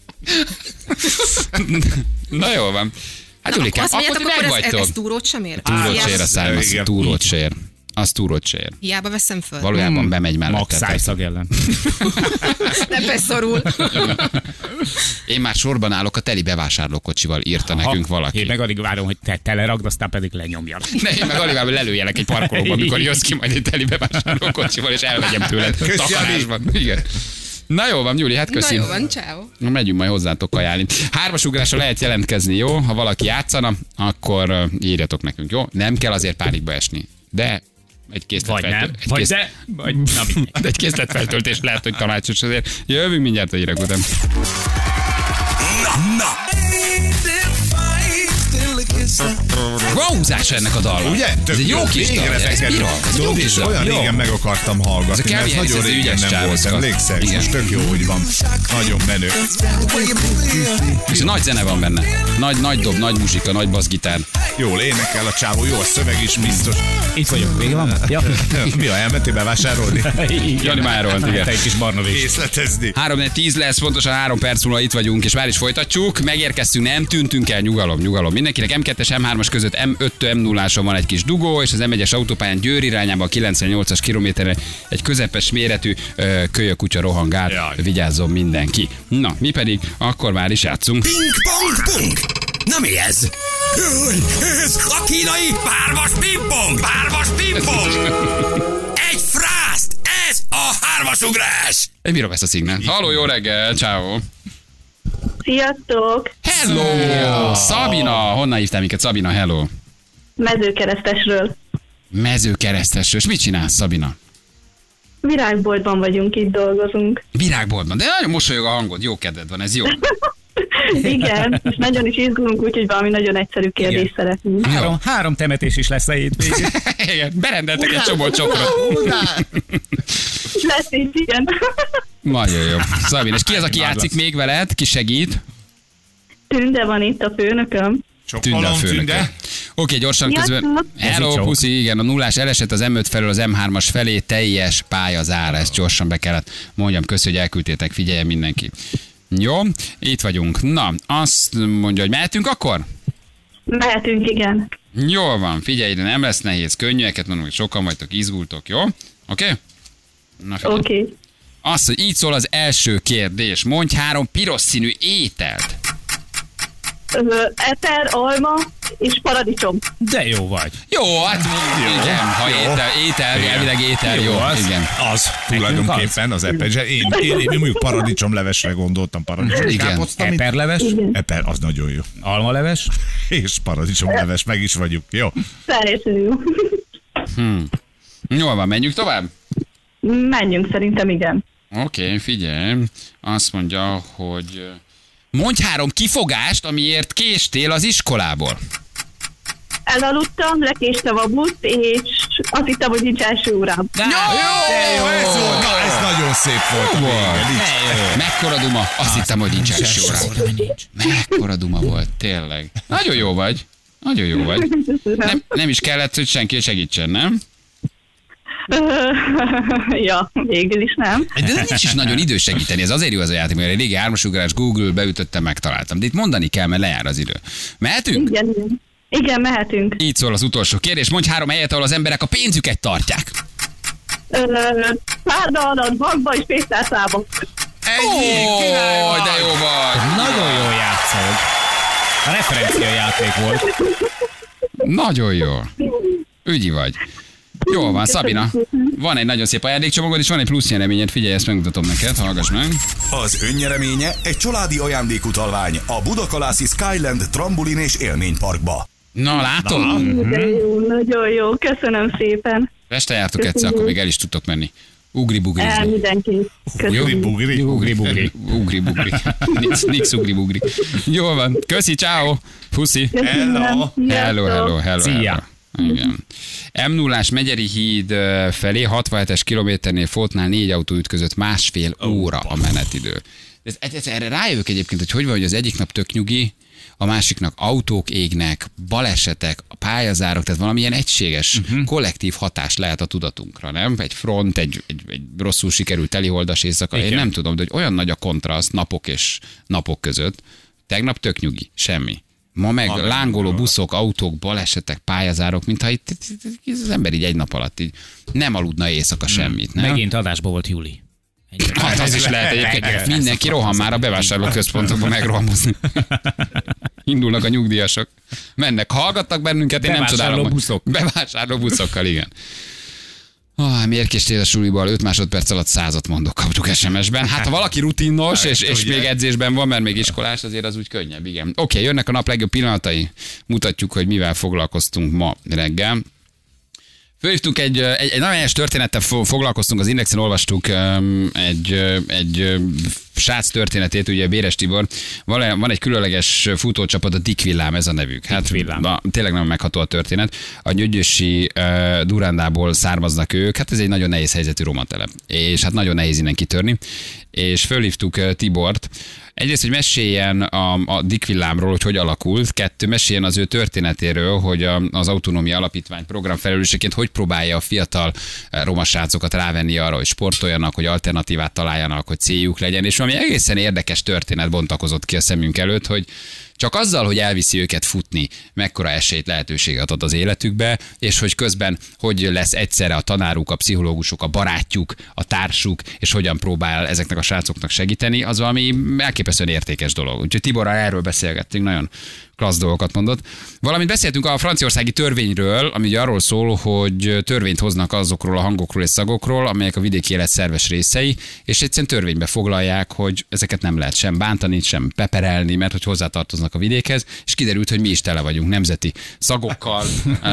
Na jól van. Hát Julikám, akkor ti meg vagytok. Ez túrót sem ér? Túrót sér a származ, túrót sér. Az túrót sér. Hiába veszem föl. Valójában bemegy mellette. Max szájszag ellen. Nem beszorul. Én már sorban állok a teli bevásárlókocsival, írta nekünk valaki. Én meg alig várom, hogy te teleragd, aztán pedig lenyomjak. Én meg alig várom, hogy lelőjelek egy parkolóban, amikor jössz ki majd egy teli bevásárlókocsival, és elvegyem tőled. Takarásban. Igen. Na jó van, Júli, hát köszi. Na jó van, ciao. Megyünk majd hozzátok kajálni. 3-as ugrásra lehet jelentkezni, jó? Ha valaki játszana, akkor írjatok nekünk, jó? Nem kell azért pánikba esni. De egy készletfeltöltés lehet, hogy tanácsos azért. Jövünk mindjárt a hírek után. Na. Húzás ennek a dalnak. Ugye? Ez egy jó kis dal. Ez olyan régen meg akartam hallgatni, mert nagyon régen nem volt. Emlékszel? Most tök jó, hogy van. Nagyon menő. És nagy zene van benne. Nagy dob, nagy muzsika, nagy basszgitár. Jól énekel a csávó, jó a szöveg is biztos. Itt vagyok, vége van? Ja. Mi a elmentél bevásárolni? Jani már elrohant, igen. Te egy kis barna vés. Készletezni. 3-10 lesz, pontosan 3 perc múlva itt vagyunk, és már is folytatjuk. Megérkeztünk, nem tűntünk el, nyugalom. Mindenkinek M2-es, M3-as között M5-től M0-áson van egy kis dugó, és az M1-es autópályán Győr irányába a 98-as kilométerre egy közepes méretű kölyökutya rohangál. Vigyázzon mindenki. Na, mi pedig akkor már is játszunk. Ping-pong-pong! Na mi ez? Ez a kínai pármas pingpong! Egy frászt! Ez a 3-as ugrás! Miről vesz a szignál? Halló, jó reggel, ciao. Sziasztok! Hello! Szabina! Honnan hívtál minket, Szabina? Hello! Mezőkeresztesről. Mezőkeresztesről. És mit csinálsz, Szabina? Virágboltban vagyunk, itt dolgozunk. Virágboltban, de nagyon mosolyog a hangod, jó kedved van, ez jó. Igen, és nagyon is izgulunk, úgyhogy valami nagyon egyszerű kérdést szeretnénk. Három temetés is lesz a hétvégén. Igen, berendeltek egy csomó csokrot. Lesz így, igen. Nagyon jó. Szabina, és ki az, aki játszik még veled? Ki segít? Tünde van itt a főnököm. Tünde a főnöke. Oké, gyorsan közben. Hello, puszi, igen, a nullás elesett az M5 felől az M3-as felé, teljes pályazára, ezt gyorsan be kellett mondjam, köszi, hogy elküldtétek, figyeljen mindenki. Jó, itt vagyunk. Na, azt mondja, hogy mehetünk akkor? Mehetünk, igen. Jól van, figyelj, de nem lesz nehéz, könnyűeket mondom, hogy sokan vagytok, izgultok, jó? Oké? Oké. Azt, hogy így szól az első kérdés. Mondj 3 piros színű ételt. Eper, alma és paradicsom. De jó vagy. Jó, hát igen, ha étel, elvileg étel, jó. Igen. Az tulajdonképpen az epezse. Én mondjuk paradicsomlevesre gondoltam, paradicsomkáposzta. Eperleves? Eper, az nagyon jó. Almaleves? És paradicsomleves, meg is vagyunk. Jó. Teljesen jó. Jól van, menjünk tovább? Menjünk, szerintem igen. Oké, figyelj. Azt mondja, hogy mondj 3 kifogást, amiért késtél az iskolából. Elaludtam, lekéstem a buszt, és azt hittem, hogy nincs első órám. Jó, ez nagyon szép volt. Mekkora duma? Azt hittem, hogy nincs első órám. Mekkora duma volt, tényleg. Nagyon jó vagy. Nagyon jó vagy. Nem is kellett, hogy senki segítsen, nem? Ja, végül is nem. De nincs is nagyon idő segíteni, ez azért jó az a játék, mert egy régi 3-as ugrás Google beütöttem, megtaláltam. De itt mondani kell, mert lejár az idő. Mehetünk? Igen, mehetünk. Így szól az utolsó kérdés. Mondj 3 helyet, ahol az emberek a pénzüket tartják. Párdalat, bankba és pénztárcába. De jó vagy. Nagyon jól játszol. A referencia játék volt. Nagyon jó. Ügyi vagy. Jól van, Szabina. Van egy nagyon szép ajándékcsomagod, és van egy plusz nyereményed. Figyelj, ezt megmutatom neked, hallgass meg. Az önnyereménye egy családi ajándékutalvány a Budakalászi Skyland Trambulin és Élményparkba. Na, látod? Jó, nagyon jó, köszönöm szépen. Pesten jártok egyszer, akkor még el is tudtok menni. Ugri-bugri. Mindenki. Ugri-bugri. Ugri-bugri. Nix ugri-bugri. Jól van. Köszi, ciao. Puszi. Hello. Szia. Igen. M0-ás Megyeri híd felé 67-es kilométernél Fotnál 4 autó ütközött, 1,5 óra a menetidő. Erre rájövök egyébként, hogy van, hogy az egyik nap tök nyugi, a másiknak autók égnek, balesetek, a pályazárok, tehát valamilyen egységes, kollektív hatás lehet a tudatunkra, nem? Egy front, egy rosszul sikerült teliholdas éjszaka, én nem tudom, de hogy olyan nagy a kontraszt napok és napok között. Tegnap tök nyugi, semmi. Ma meg lángoló buszok, autók, balesetek, pályazárok, mintha itt az ember így egy nap alatt így nem aludna éjszaka semmit. Nem? Megint adásba volt Júli. Hát az is lehet egyébként. Mindenki rohan már a bevásárlóközpontokba megrohamozni. Indulnak a nyugdíjasok. Mennek, hallgattak bennünket, én nem csodálom. Bevásárló buszokkal, igen. Miért késtél a suliból? 5 másodperc alatt 100-at mondok, kaptuk SMS-ben. Hát ha valaki rutinos, és még edzésben van, mert még iskolás, azért az úgy könnyebb, igen. Oké, jönnek a nap legjobb pillanatai. Mutatjuk, hogy mivel foglalkoztunk ma reggel. Fölhívtunk egy nagyon helyes történettel foglalkoztunk, az Indexen olvastuk egy srác történetét, ugye Béres Tibor. Van egy különleges futócsapat, a Dick Villám, ez a nevük. Hát tényleg nem megható a történet. A gyöngyösi Durándából származnak ők, hát ez egy nagyon nehéz helyzetű romantelep. És hát nagyon nehéz innen kitörni. És fölhívtuk Tibort, egyrészt, hogy meséljen a Dick Villámról, hogy alakult. 2, meséljen az ő történetéről, hogy az Autonómia Alapítvány programfelelőseként hogy próbálja a fiatal roma srácokat rávenni arra, hogy sportoljanak, hogy alternatívát találjanak, hogy céljuk legyen. És valami egészen érdekes történet bontakozott ki a szemünk előtt, hogy csak azzal, hogy elviszi őket futni, mekkora esélyt, lehetőséget ad az életükbe, és hogy közben hogy lesz egyszerre a tanáruk, a pszichológusuk, a barátjuk, a társuk, és hogyan próbál ezeknek a srácoknak segíteni, az valami elképesztően értékes dolog. Úgyhogy Tiborral erről beszélgettünk, nagyon klassz dolgokat mondott. Valamint beszéltünk a franciaországi törvényről, ami ugye arról szól, hogy törvényt hoznak azokról a hangokról és szagokról, amelyek a vidéki élet szerves részei, és egyszerűen törvénybe foglalják, hogy ezeket nem lehet sem bántani, sem peperelni, mert hogy hozzátartoznak tartoznak a vidékhez, és kiderült, hogy mi is tele vagyunk nemzeti szagokkal,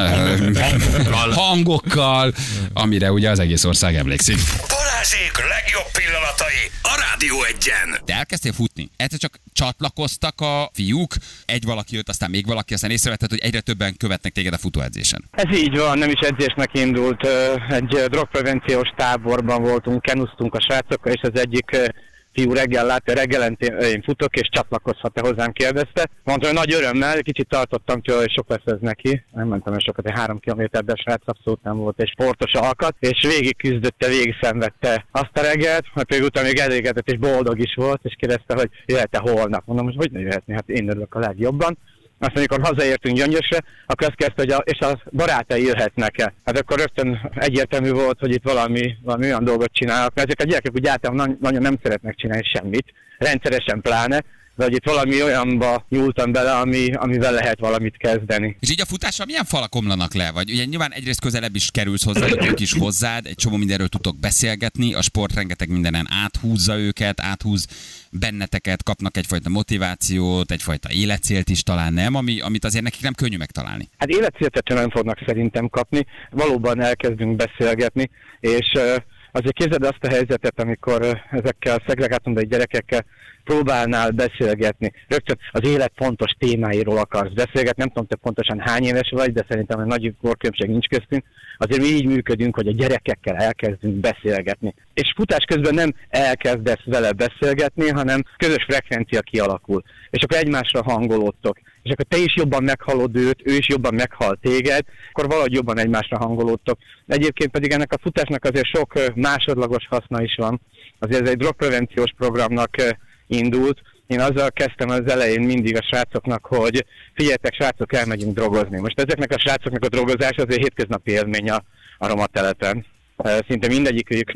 hangokkal, amire ugye az egész ország emlékszik. Balázsék legjobb pillanatai a Rádió Egyen. De elkezdtél futni. Egyszer csak csatlakoztak a fiúk, egy valaki jött, aztán még valaki, aztán észrevetted, hogy egyre többen követnek téged a futóedzésen. Ez így van, nem is edzésnek indult. Egy drogprevenciós táborban voltunk, kenusztunk a srácokkal, és az egyik fiú reggel látta, reggelente én futok, és csatlakozhat-e hozzám, kérdezte. Mondta, hogy nagy örömmel, kicsit tartottam tőle, hogy sok lesz ez neki. Nem mentem el sokat, egy 3 kilométer, de srác abszolút nem volt egy sportos alkat, és végig küzdötte, végig szenvedte azt a reggelt, majd pedig utána még elégedett és boldog is volt, és kérdezte, hogy jöhet-e holnap. Mondom, hogy ne jöhetni, hát én örülök a legjobban. Aztán, amikor hazaértünk Gyöngyösre, akkor azt kezdte, hogy és a barátai jöhetnek-e. Hát akkor rögtön egyértelmű volt, hogy itt valami olyan dolgot csinálnak, mert ezek a gyerekek úgy általában nagyon nem szeretnek csinálni semmit, rendszeresen pláne, de hogy itt valami olyanba nyúltam bele, amivel lehet valamit kezdeni. És így a futással milyen falak omlanak le? Vagy ugye nyilván egyrészt közelebb is kerülsz hozzá, ők is hozzád, egy csomó mindenről tudtok beszélgetni, a sport rengeteg mindenen áthúzza őket, áthúz benneteket, kapnak egyfajta motivációt, egyfajta életcélt is talán, nem? Amit azért nekik nem könnyű megtalálni. Hát életcélt nem fognak szerintem kapni, valóban elkezdünk beszélgetni, és azért képzeld azt a helyzetet, amikor ezekkel a szegregátumban gyerekekkel próbálnál beszélgetni. Rögtön az élet fontos témáiról akarsz beszélgetni. Nem tudom, te pontosan hány éves vagy, de szerintem egy nagy korkülönbség nincs köztünk. Azért mi így működünk, hogy a gyerekekkel elkezdünk beszélgetni. És futás közben nem elkezdesz vele beszélgetni, hanem közös frekvencia kialakul. És akkor egymásra hangolódtok. És akkor te is jobban meghallod őt, ő is jobban meghal téged, akkor valahogy jobban egymásra hangolódtok. Egyébként pedig ennek a futásnak azért sok másodlagos haszna is van. Azért ez egy drogprevenciós programnak indult. Én azzal kezdtem az elején mindig a srácoknak, hogy figyeljetek srácok, elmegyünk drogozni. Most ezeknek a srácoknak a drogozás azért hétköznapi élmény a roma telepen. Szinte mindegyikük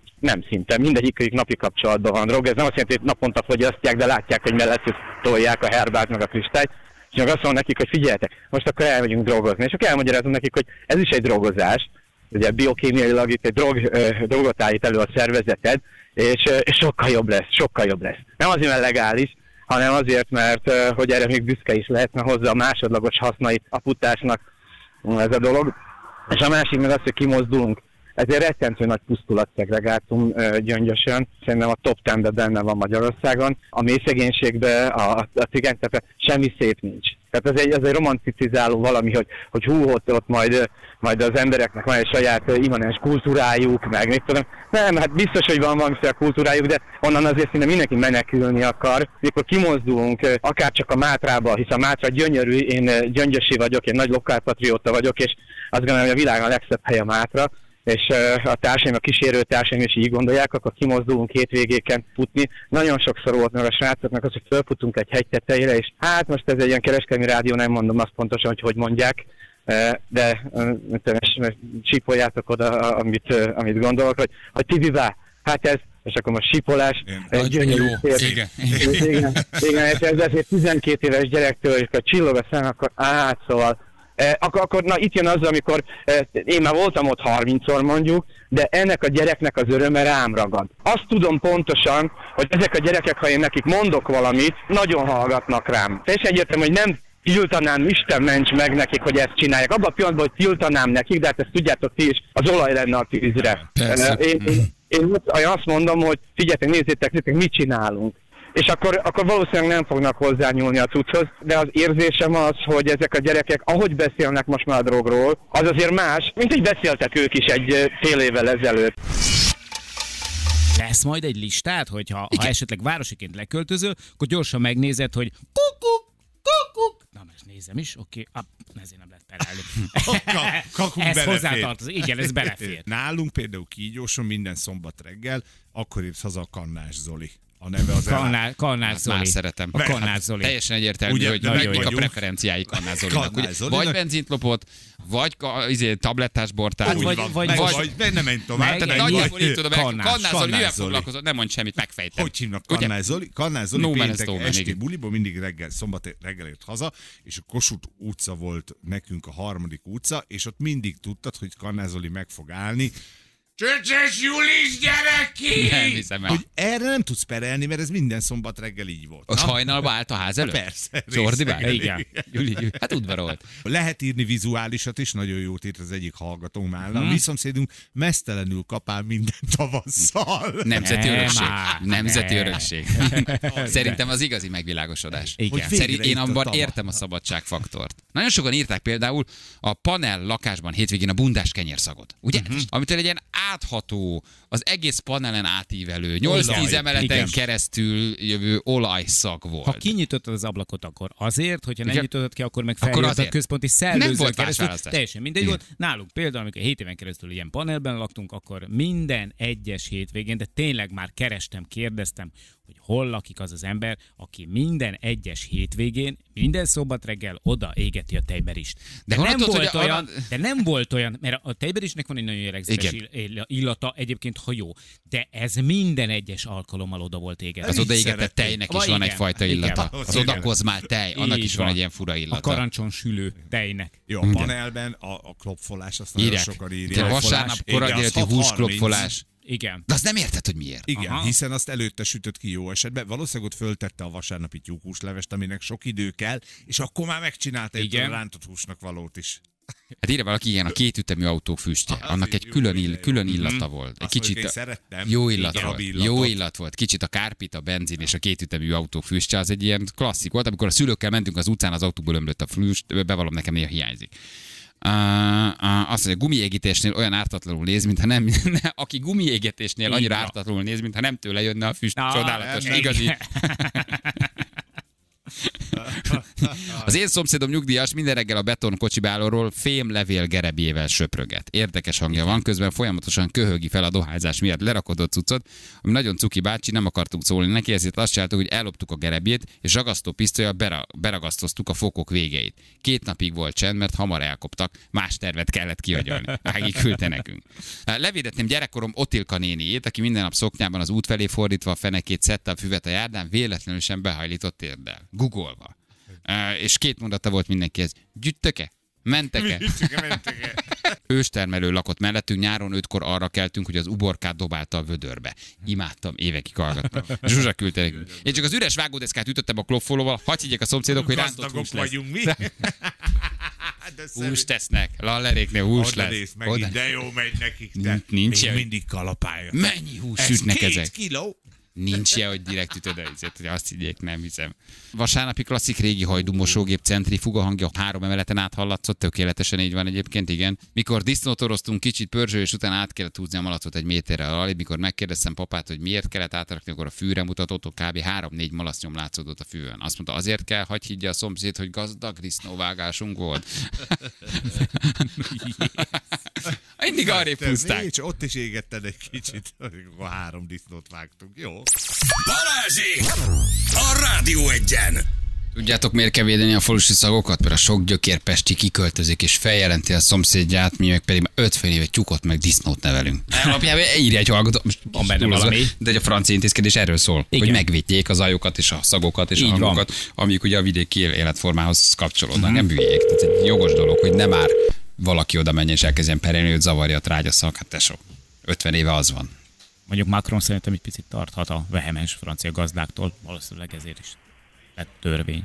napi kapcsolatban van drog. Ez nem azt jelenti, hogy naponta fogyasztják, de látják, hogy mellettük tolják a herbát meg a kristályt. És meg azt mondom nekik, hogy figyeljetek, most akkor elmegyünk drogozni. És akkor elmagyarázom nekik, hogy ez is egy drogozás. Ugye biokémiailag itt egy drogot állít elő a szervezeted, és sokkal jobb lesz. Nem azért, mert legális, hanem azért, mert hogy erre még büszke is lehetne hozzá a másodlagos hasznait a futásnak ez a dolog. És a másik meg az, hogy kimozdulunk. Ezért rettentő nagy pusztulatszegregátum Gyöngyösön. Szerintem a top 10-ben benne van Magyarországon. A mélyszegénységben, a cigánytepen semmi szép nincs. Tehát ez egy romanticizáló valami, hogy hú, ott majd az embereknek van egy saját immanens kultúrájuk, meg mit tudom. Nem, hát biztos, hogy van valamiféle kultúrájuk, de onnan azért szinte mindenki menekülni akar. Mikor kimozdulunk, akár csak a Mátrába, hisz a Mátra gyönyörű, én gyöngyösi vagyok, én nagy lokálpatrióta vagyok, és azt gondolom, hogy a világon a legszebb hely a Mátra, és a társaim, a kísérő társaim is így gondolják, akkor kimozdulunk hétvégéken futni. Nagyon sokszor volt meg a srácoknak az, hogy fölfutunk egy hegy tetejére, és hát most ez egy ilyen kereskedelmi rádió, nem mondom azt pontosan, hogy mondják, de sípoljátok oda, amit gondolok, hogy Tibivá, hát ez, és akkor most sípolás. Gyönyörű. Igen, ez azért 12 éves gyerektől, és akkor csillog a szem, akkor szóval. Akkor na itt jön az, amikor én már voltam ott 30-szor mondjuk, de ennek a gyereknek az öröme rám ragad. Azt tudom pontosan, hogy ezek a gyerekek, ha én nekik mondok valamit, nagyon hallgatnak rám. És egyértelmű, hogy nem tiltanám, Isten ments meg nekik, hogy ezt csinálják. Abban a pillanatban, hogy tiltanám nekik, de hát ezt tudjátok ti is, az olaj lenne a tűzre. Én azt mondom, hogy figyeljetek, nézzétek, mit csinálunk. És akkor valószínűleg nem fognak hozzányúlni a cucchoz, de az érzésem az, hogy ezek a gyerekek, ahogy beszélnek most már a drogról, az azért más, mint így beszéltek ők is egy fél évvel ezelőtt. Lesz majd egy listát, hogy ha esetleg városiként leköltözöl, akkor gyorsan megnézed, hogy kukuk. Na, most nézem is, oké. Ezért nem lehet perelni. Ez hozzátartozik, igen, ez belefér. Nálunk például Kígyóson minden szombat reggel, akkor írsz haza a Kannás Zoli. A neve az Kannás Zoli. Már szeretem. A Kannás Zoli. Teljesen egyértelmű, ugye, hogy mik a preferenciái Kannás Zolinak. Vagy benzint lopott, vagy tablettás bortál. Vagy nem menj tovább. Nagyjából így tudom, Kannás Zoli, mivel foglalkozott, nem mond semmit, megfejtem. Hogy hívnak Kannás Zoli? Kannás Zoli péntek esti buliból mindig szombat reggel ért haza, és a Kossuth utca volt nekünk a 3. utca, és ott mindig tudtad, hogy Kannás Zoli meg fog állni, Csöcsös Julis, gyere ki! Nem hiszem el. Hogy erre nem tudsz perelni, mert ez minden szombat reggel így volt. Az hajnalba állt a ház előtt? Persze. Jordi bár? Igen. Juli, hát udvarolt. Lehet írni vizuálisat is, nagyon jót írt az egyik hallgatónk már. A mi szomszédunk mesztelenül kapál minden tavasszal. Nemzeti örökség. Már. Nemzeti örökség. Szerintem az igazi megvilágosodás. Igen. Én abban értem a szabadságfaktort. Nagyon sokan írták például a panel lakásban hétvégén a bundás kenyérszagot. Ugye? Amitől egy ilyen átható, az egész panelen átívelő, 8-10 emeleten keresztül jövő olajszag volt. Ha kinyitottad az ablakot, akkor azért, hogyha nem nyitottad ki, akkor meg feljött a központi szellőzőn keresztül. Teljesen mindegy volt. Nálunk például, amikor 7 éven keresztül ilyen panelben laktunk, akkor minden egyes hétvégén, de tényleg már kerestem, kérdeztem, hogy hol lakik az az ember, aki minden egyes hétvégén, minden szombat reggel oda égeti a tejberist. De nem volt olyan, mert a tejberistnek van egy nagyon jellegzetes illata, egyébként ha jó, de ez minden egyes alkalommal oda volt égetve. Az odaégetett tejnek is van egyfajta illata. Az odakozmált tej, annak is van egy ilyen fura illata. A karancson sülő tejnek. Jó, a panelben a klopfolás, azt nagyon sokan írják. Vasárnap koradéleti húsklopfolás. Igen. De azt nem érted, hogy miért. Igen, hiszen azt előtte sütött ki jó esetben. Valószínűleg ott föltette a vasárnapi tyúkhúslevest, aminek sok idő kell, és akkor már megcsinálta egy rántott húsnak valót is. Hát írja valaki, igen, a kétütemű autó füstje. Annak egy külön illata volt. Egy kicsit jó illat volt. Jó illat volt. Kicsit a kárpit, a benzin és a kétütemű autó füstje, az egy ilyen klasszik volt. Amikor a szülőkkel mentünk az utcán, az autóból ömlött a füst, bevallom, nekem néha hiányzik. Azt mondja, gumiégítésnél olyan ártatlanul néz, mintha nem, aki gumiégetésnél annyira ártatlanul néz, mintha nem tőle jönne a füst. Csodálatos, igazi. Az én szomszédom nyugdíjas, minden reggel a betonkocsi fémlevél gerebjével söpröget. Érdekes hangja van, közben folyamatosan köhögi fel a dohányzás miatt lerakodott cuccot, ami nagyon cuki bácsi, nem akartunk szólni neki, ezért azt csináltuk, hogy elloptuk a gerebjét, és ragasztópisztollyal beragasztoztuk a fokok végeit. 2 napig volt csend, mert hamar elkoptak, más tervet kellett kiagyalni. Ági küldte nekünk. Levédettem gyerekkorom Otilka néniét, aki minden nap szoknyában az út felé fordítva a fenekét szedte a füvet a járdán, véletlenül sem behajlított térdel. Googolva. És 2 mondata volt mindenkihez. Gyüttöke? Mentek-e? Őstermelő lakott mellettünk, nyáron 5-kor arra keltünk, hogy az uborkát dobálta a vödörbe. Imádtam, évekig hallgattam. Zsuzsa küldte nekünk. Én csak az üres vágódeszkát ütöttem a klopfolóval, hadd higgyek a szomszédok, hogy rántott hús lesz. Vagyunk mi? Hús tesznek, lalleréknél hús lesz. De jó megy nekik, de nincs még mindig kalapálja. Mennyi hús sütnek ezek? 2 kiló? Nincs ilyen, hogy direkt ütöd hogy azt higgyék, nem hiszem. Vasárnapi klasszik régi hajdú mosógép centrifuga hangja 3 emeleten át hallatszott, tökéletesen így van egyébként, igen. Mikor disznótoroztunk, kicsit pörzső, és utána át kellett húzni a malacot 1 méterrel alig, mikor megkérdeztem papát, hogy miért kellett átrakni, akkor a fűre mutatott, kb. 3-4 malacnyom látszódott a fűön. Azt mondta, azért kell, hadd higgye a szomszéd, hogy gazdag disznóvágásunk volt. Mindig arrébb húzták. Ott is égetted egy kicsit, amikor 3 disznót vágtunk, jó? Balázsék! A Rádió Egyen! Tudjátok, miért kell védeni a falusi szagokat? Mert a sok gyökérpesti kiköltözik és feljelenti a szomszédját, mi meg pedig 50 éve tyúkot meg disznót nevelünk. Alapjában írja egy hallgató, van benne valami. De a francia intézkedés erről szól, igen, hogy megvédjék az ajokat és a szagokat és így a hangokat, amik ugye a vidéki életformához kapcsolódnak. Nem hülyék. Tehát egy jogos dolog, hogy nem már valaki oda menjen és elkezdjen perelni, hogy zavarja a trágyaszak. Hát tesó, 50 éve az van. Mondjuk Macron szerintem egy picit tarthat a vehemens francia gazdáktól, valószínűleg ezért is lett törvény.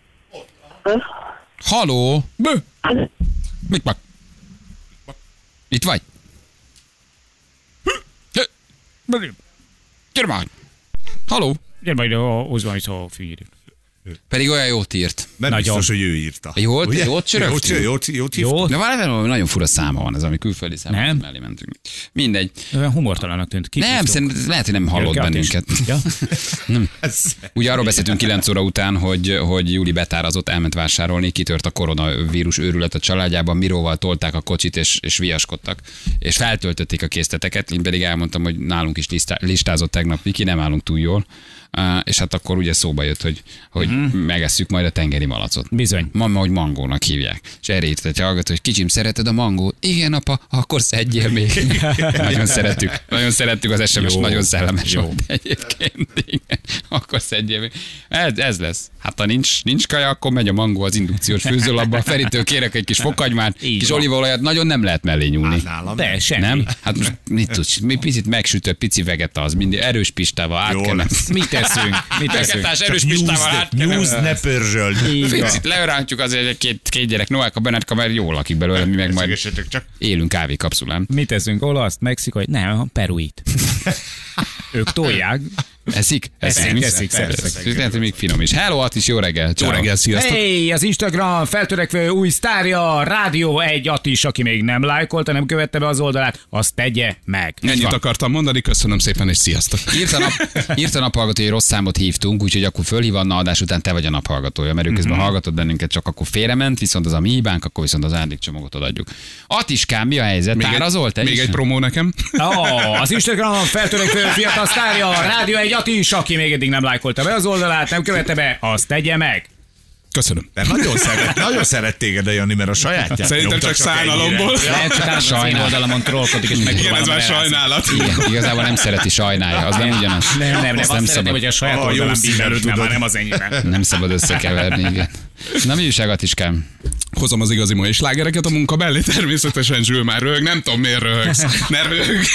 Haló! Mit mag? Itt vagy? Gyere már! Haló! Gyere majd hozzá is a fűnyírt. Pedig olyan jót írt. Nem biztos, hogy ő írta. Jót csörögtünk? Jót. De valami nagyon fura száma van ez, ami külföldi száma mellé mentünk. Mindegy. Olyan humortalanak tűnt. Nem, szerintem lehet, hogy nem hallott bennünket. Ja? Nem. Ugye arról beszéltünk 9 óra után, hogy Júli betárazott, elment vásárolni, kitört a koronavírus őrület a családjában, Miróval tolták a kocsit és viaskodtak, és feltöltötték a készleteket. Én pedig elmondtam, hogy nálunk is listázott tegnap Viki, nem állunk túl jól. és hát akkor ugye szóba jött, hogy megesszük majd a tengeri malacot. Bizony. Mama, hogy mangónak hívják. És erre írt egy hallgató, hogy kicsim, szereted a mangót? Igen, apa, akkor szedjél még. Nagyon szerettük az SMS, nagyon szellemes volt egyébként. Igen, akkor szedjél még. Ez lesz. Hát ha nincs kaja, akkor megy a mangó az indukciós főzőlapba. Feritől kérek egy kis fokhagymát, kis olívaolajat, nagyon nem lehet mellé nyúlni. De semmi. Nem? Hát most mit tudsz? Mi picit megsütött, pici vegeta, az mindig erős pistával átkenem. Mit teszünk? Vegetás erős pistával átkenem. Nyúzd, ne pörzsöld. Picit leörántjuk azért két gyerek, Noáka, Benetka, mert jól lakik belőle, mi meg majd élünk kávékapszulán. Mit teszünk? Olaszt, mexikai? Nem, peruit. Ők tolják. Eszik, persze. Még finom is. Hello, Attis, jó reggel. Jó reggel, sziasztok. Hey, az Instagram feltörekvő új sztárja, Rádió 1 Attis, aki még nem lájkolta, nem követte be az oldalát, azt tegye meg. Ennyit akartam mondani, köszönöm szépen, és sziasztok. Írt a naphallgató, hogy rossz számot hívtunk, úgyhogy akkor fölhív a adás után te vagy a naphallgatója, mert ő közben hallgatod bennünket, csak akkor félrement, viszont az a mi hibánk, akkor viszont az ajándékcsomagot odaadjuk. Attiskám, mi a helyzet? Tárazolt? Még egy promó nekem. Az Instagram feltörekvő fiatal sztárja, Rádió 1 Attis, aki még eddig nem lájkolta be az oldalát, nem követte be, azt tegye meg. Köszönöm. De nagyon szeret téged, Jani, mert a sajátját. Szerintem csak szánalomból. Az én oldalamon trollkodik, és megpróbálom. Igen, ez már sajnálat. Igen, igazából nem szereti, sajnálja. Az nem ugyanaz. Nem szabad. Hogy a saját oldalam bíbelőt, már nem az enyémben. Nem szabad összekeverni, igen. Na mi újság, Attiskám? Hozom az igazi mai slágereket a munka mellé, természetesen Zsül már röhög, nem tudom miért röhögsz, ne röhög.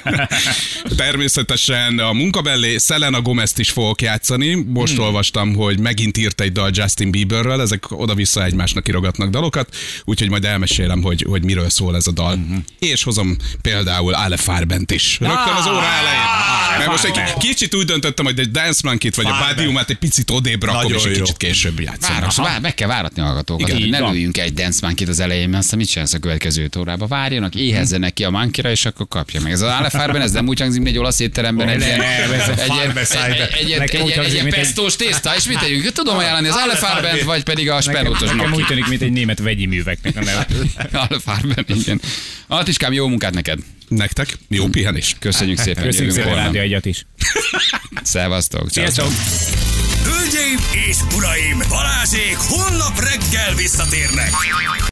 Természetesen a munka mellé Selena Gomezt is fogok játszani, most olvastam, hogy megint írt egy dal Justin Bieberről, ezek oda-vissza egymásnak írogatnak dalokat, úgyhogy majd elmesélem, hogy miről szól ez a dal. És hozom például Ale Farbent is. Rögtön az óra elején. Mert most egy kicsit úgy döntöttem, hogy egy Dance Monkey-t vagy a Badiumát egy picit odébb rakom, és egy kicsit később játszom. Meg kell váratni a hallgatókat. Ne lőjünk egy Dance Monkey-t az elején, mert aztán mit csinálsz a következő 5 órában? Várjanak, éhezzenek ki a Monkey-ra, és akkor kapja meg. Ez az Ale Farben, ez nem úgy hangzik, mint egy olasz étteremben egy ilyen pestós tészta, és mit tegyünk? Tudom ajánlani az Ale Farbent, vagy pedig a spenótos Nokia. Nekem úgy tűnik, mint egy német vegyi műveknek a neve. Ale Farben, igen. Attiskám, jó munkát neked. Nektek jó pihenés. Köszönjük szépen. Köszönjük szépen, Rádió 1 is. Szevasztok. Sziasztok. Hölgyeim és uraim, Balázsék holnap reggel visszatérnek.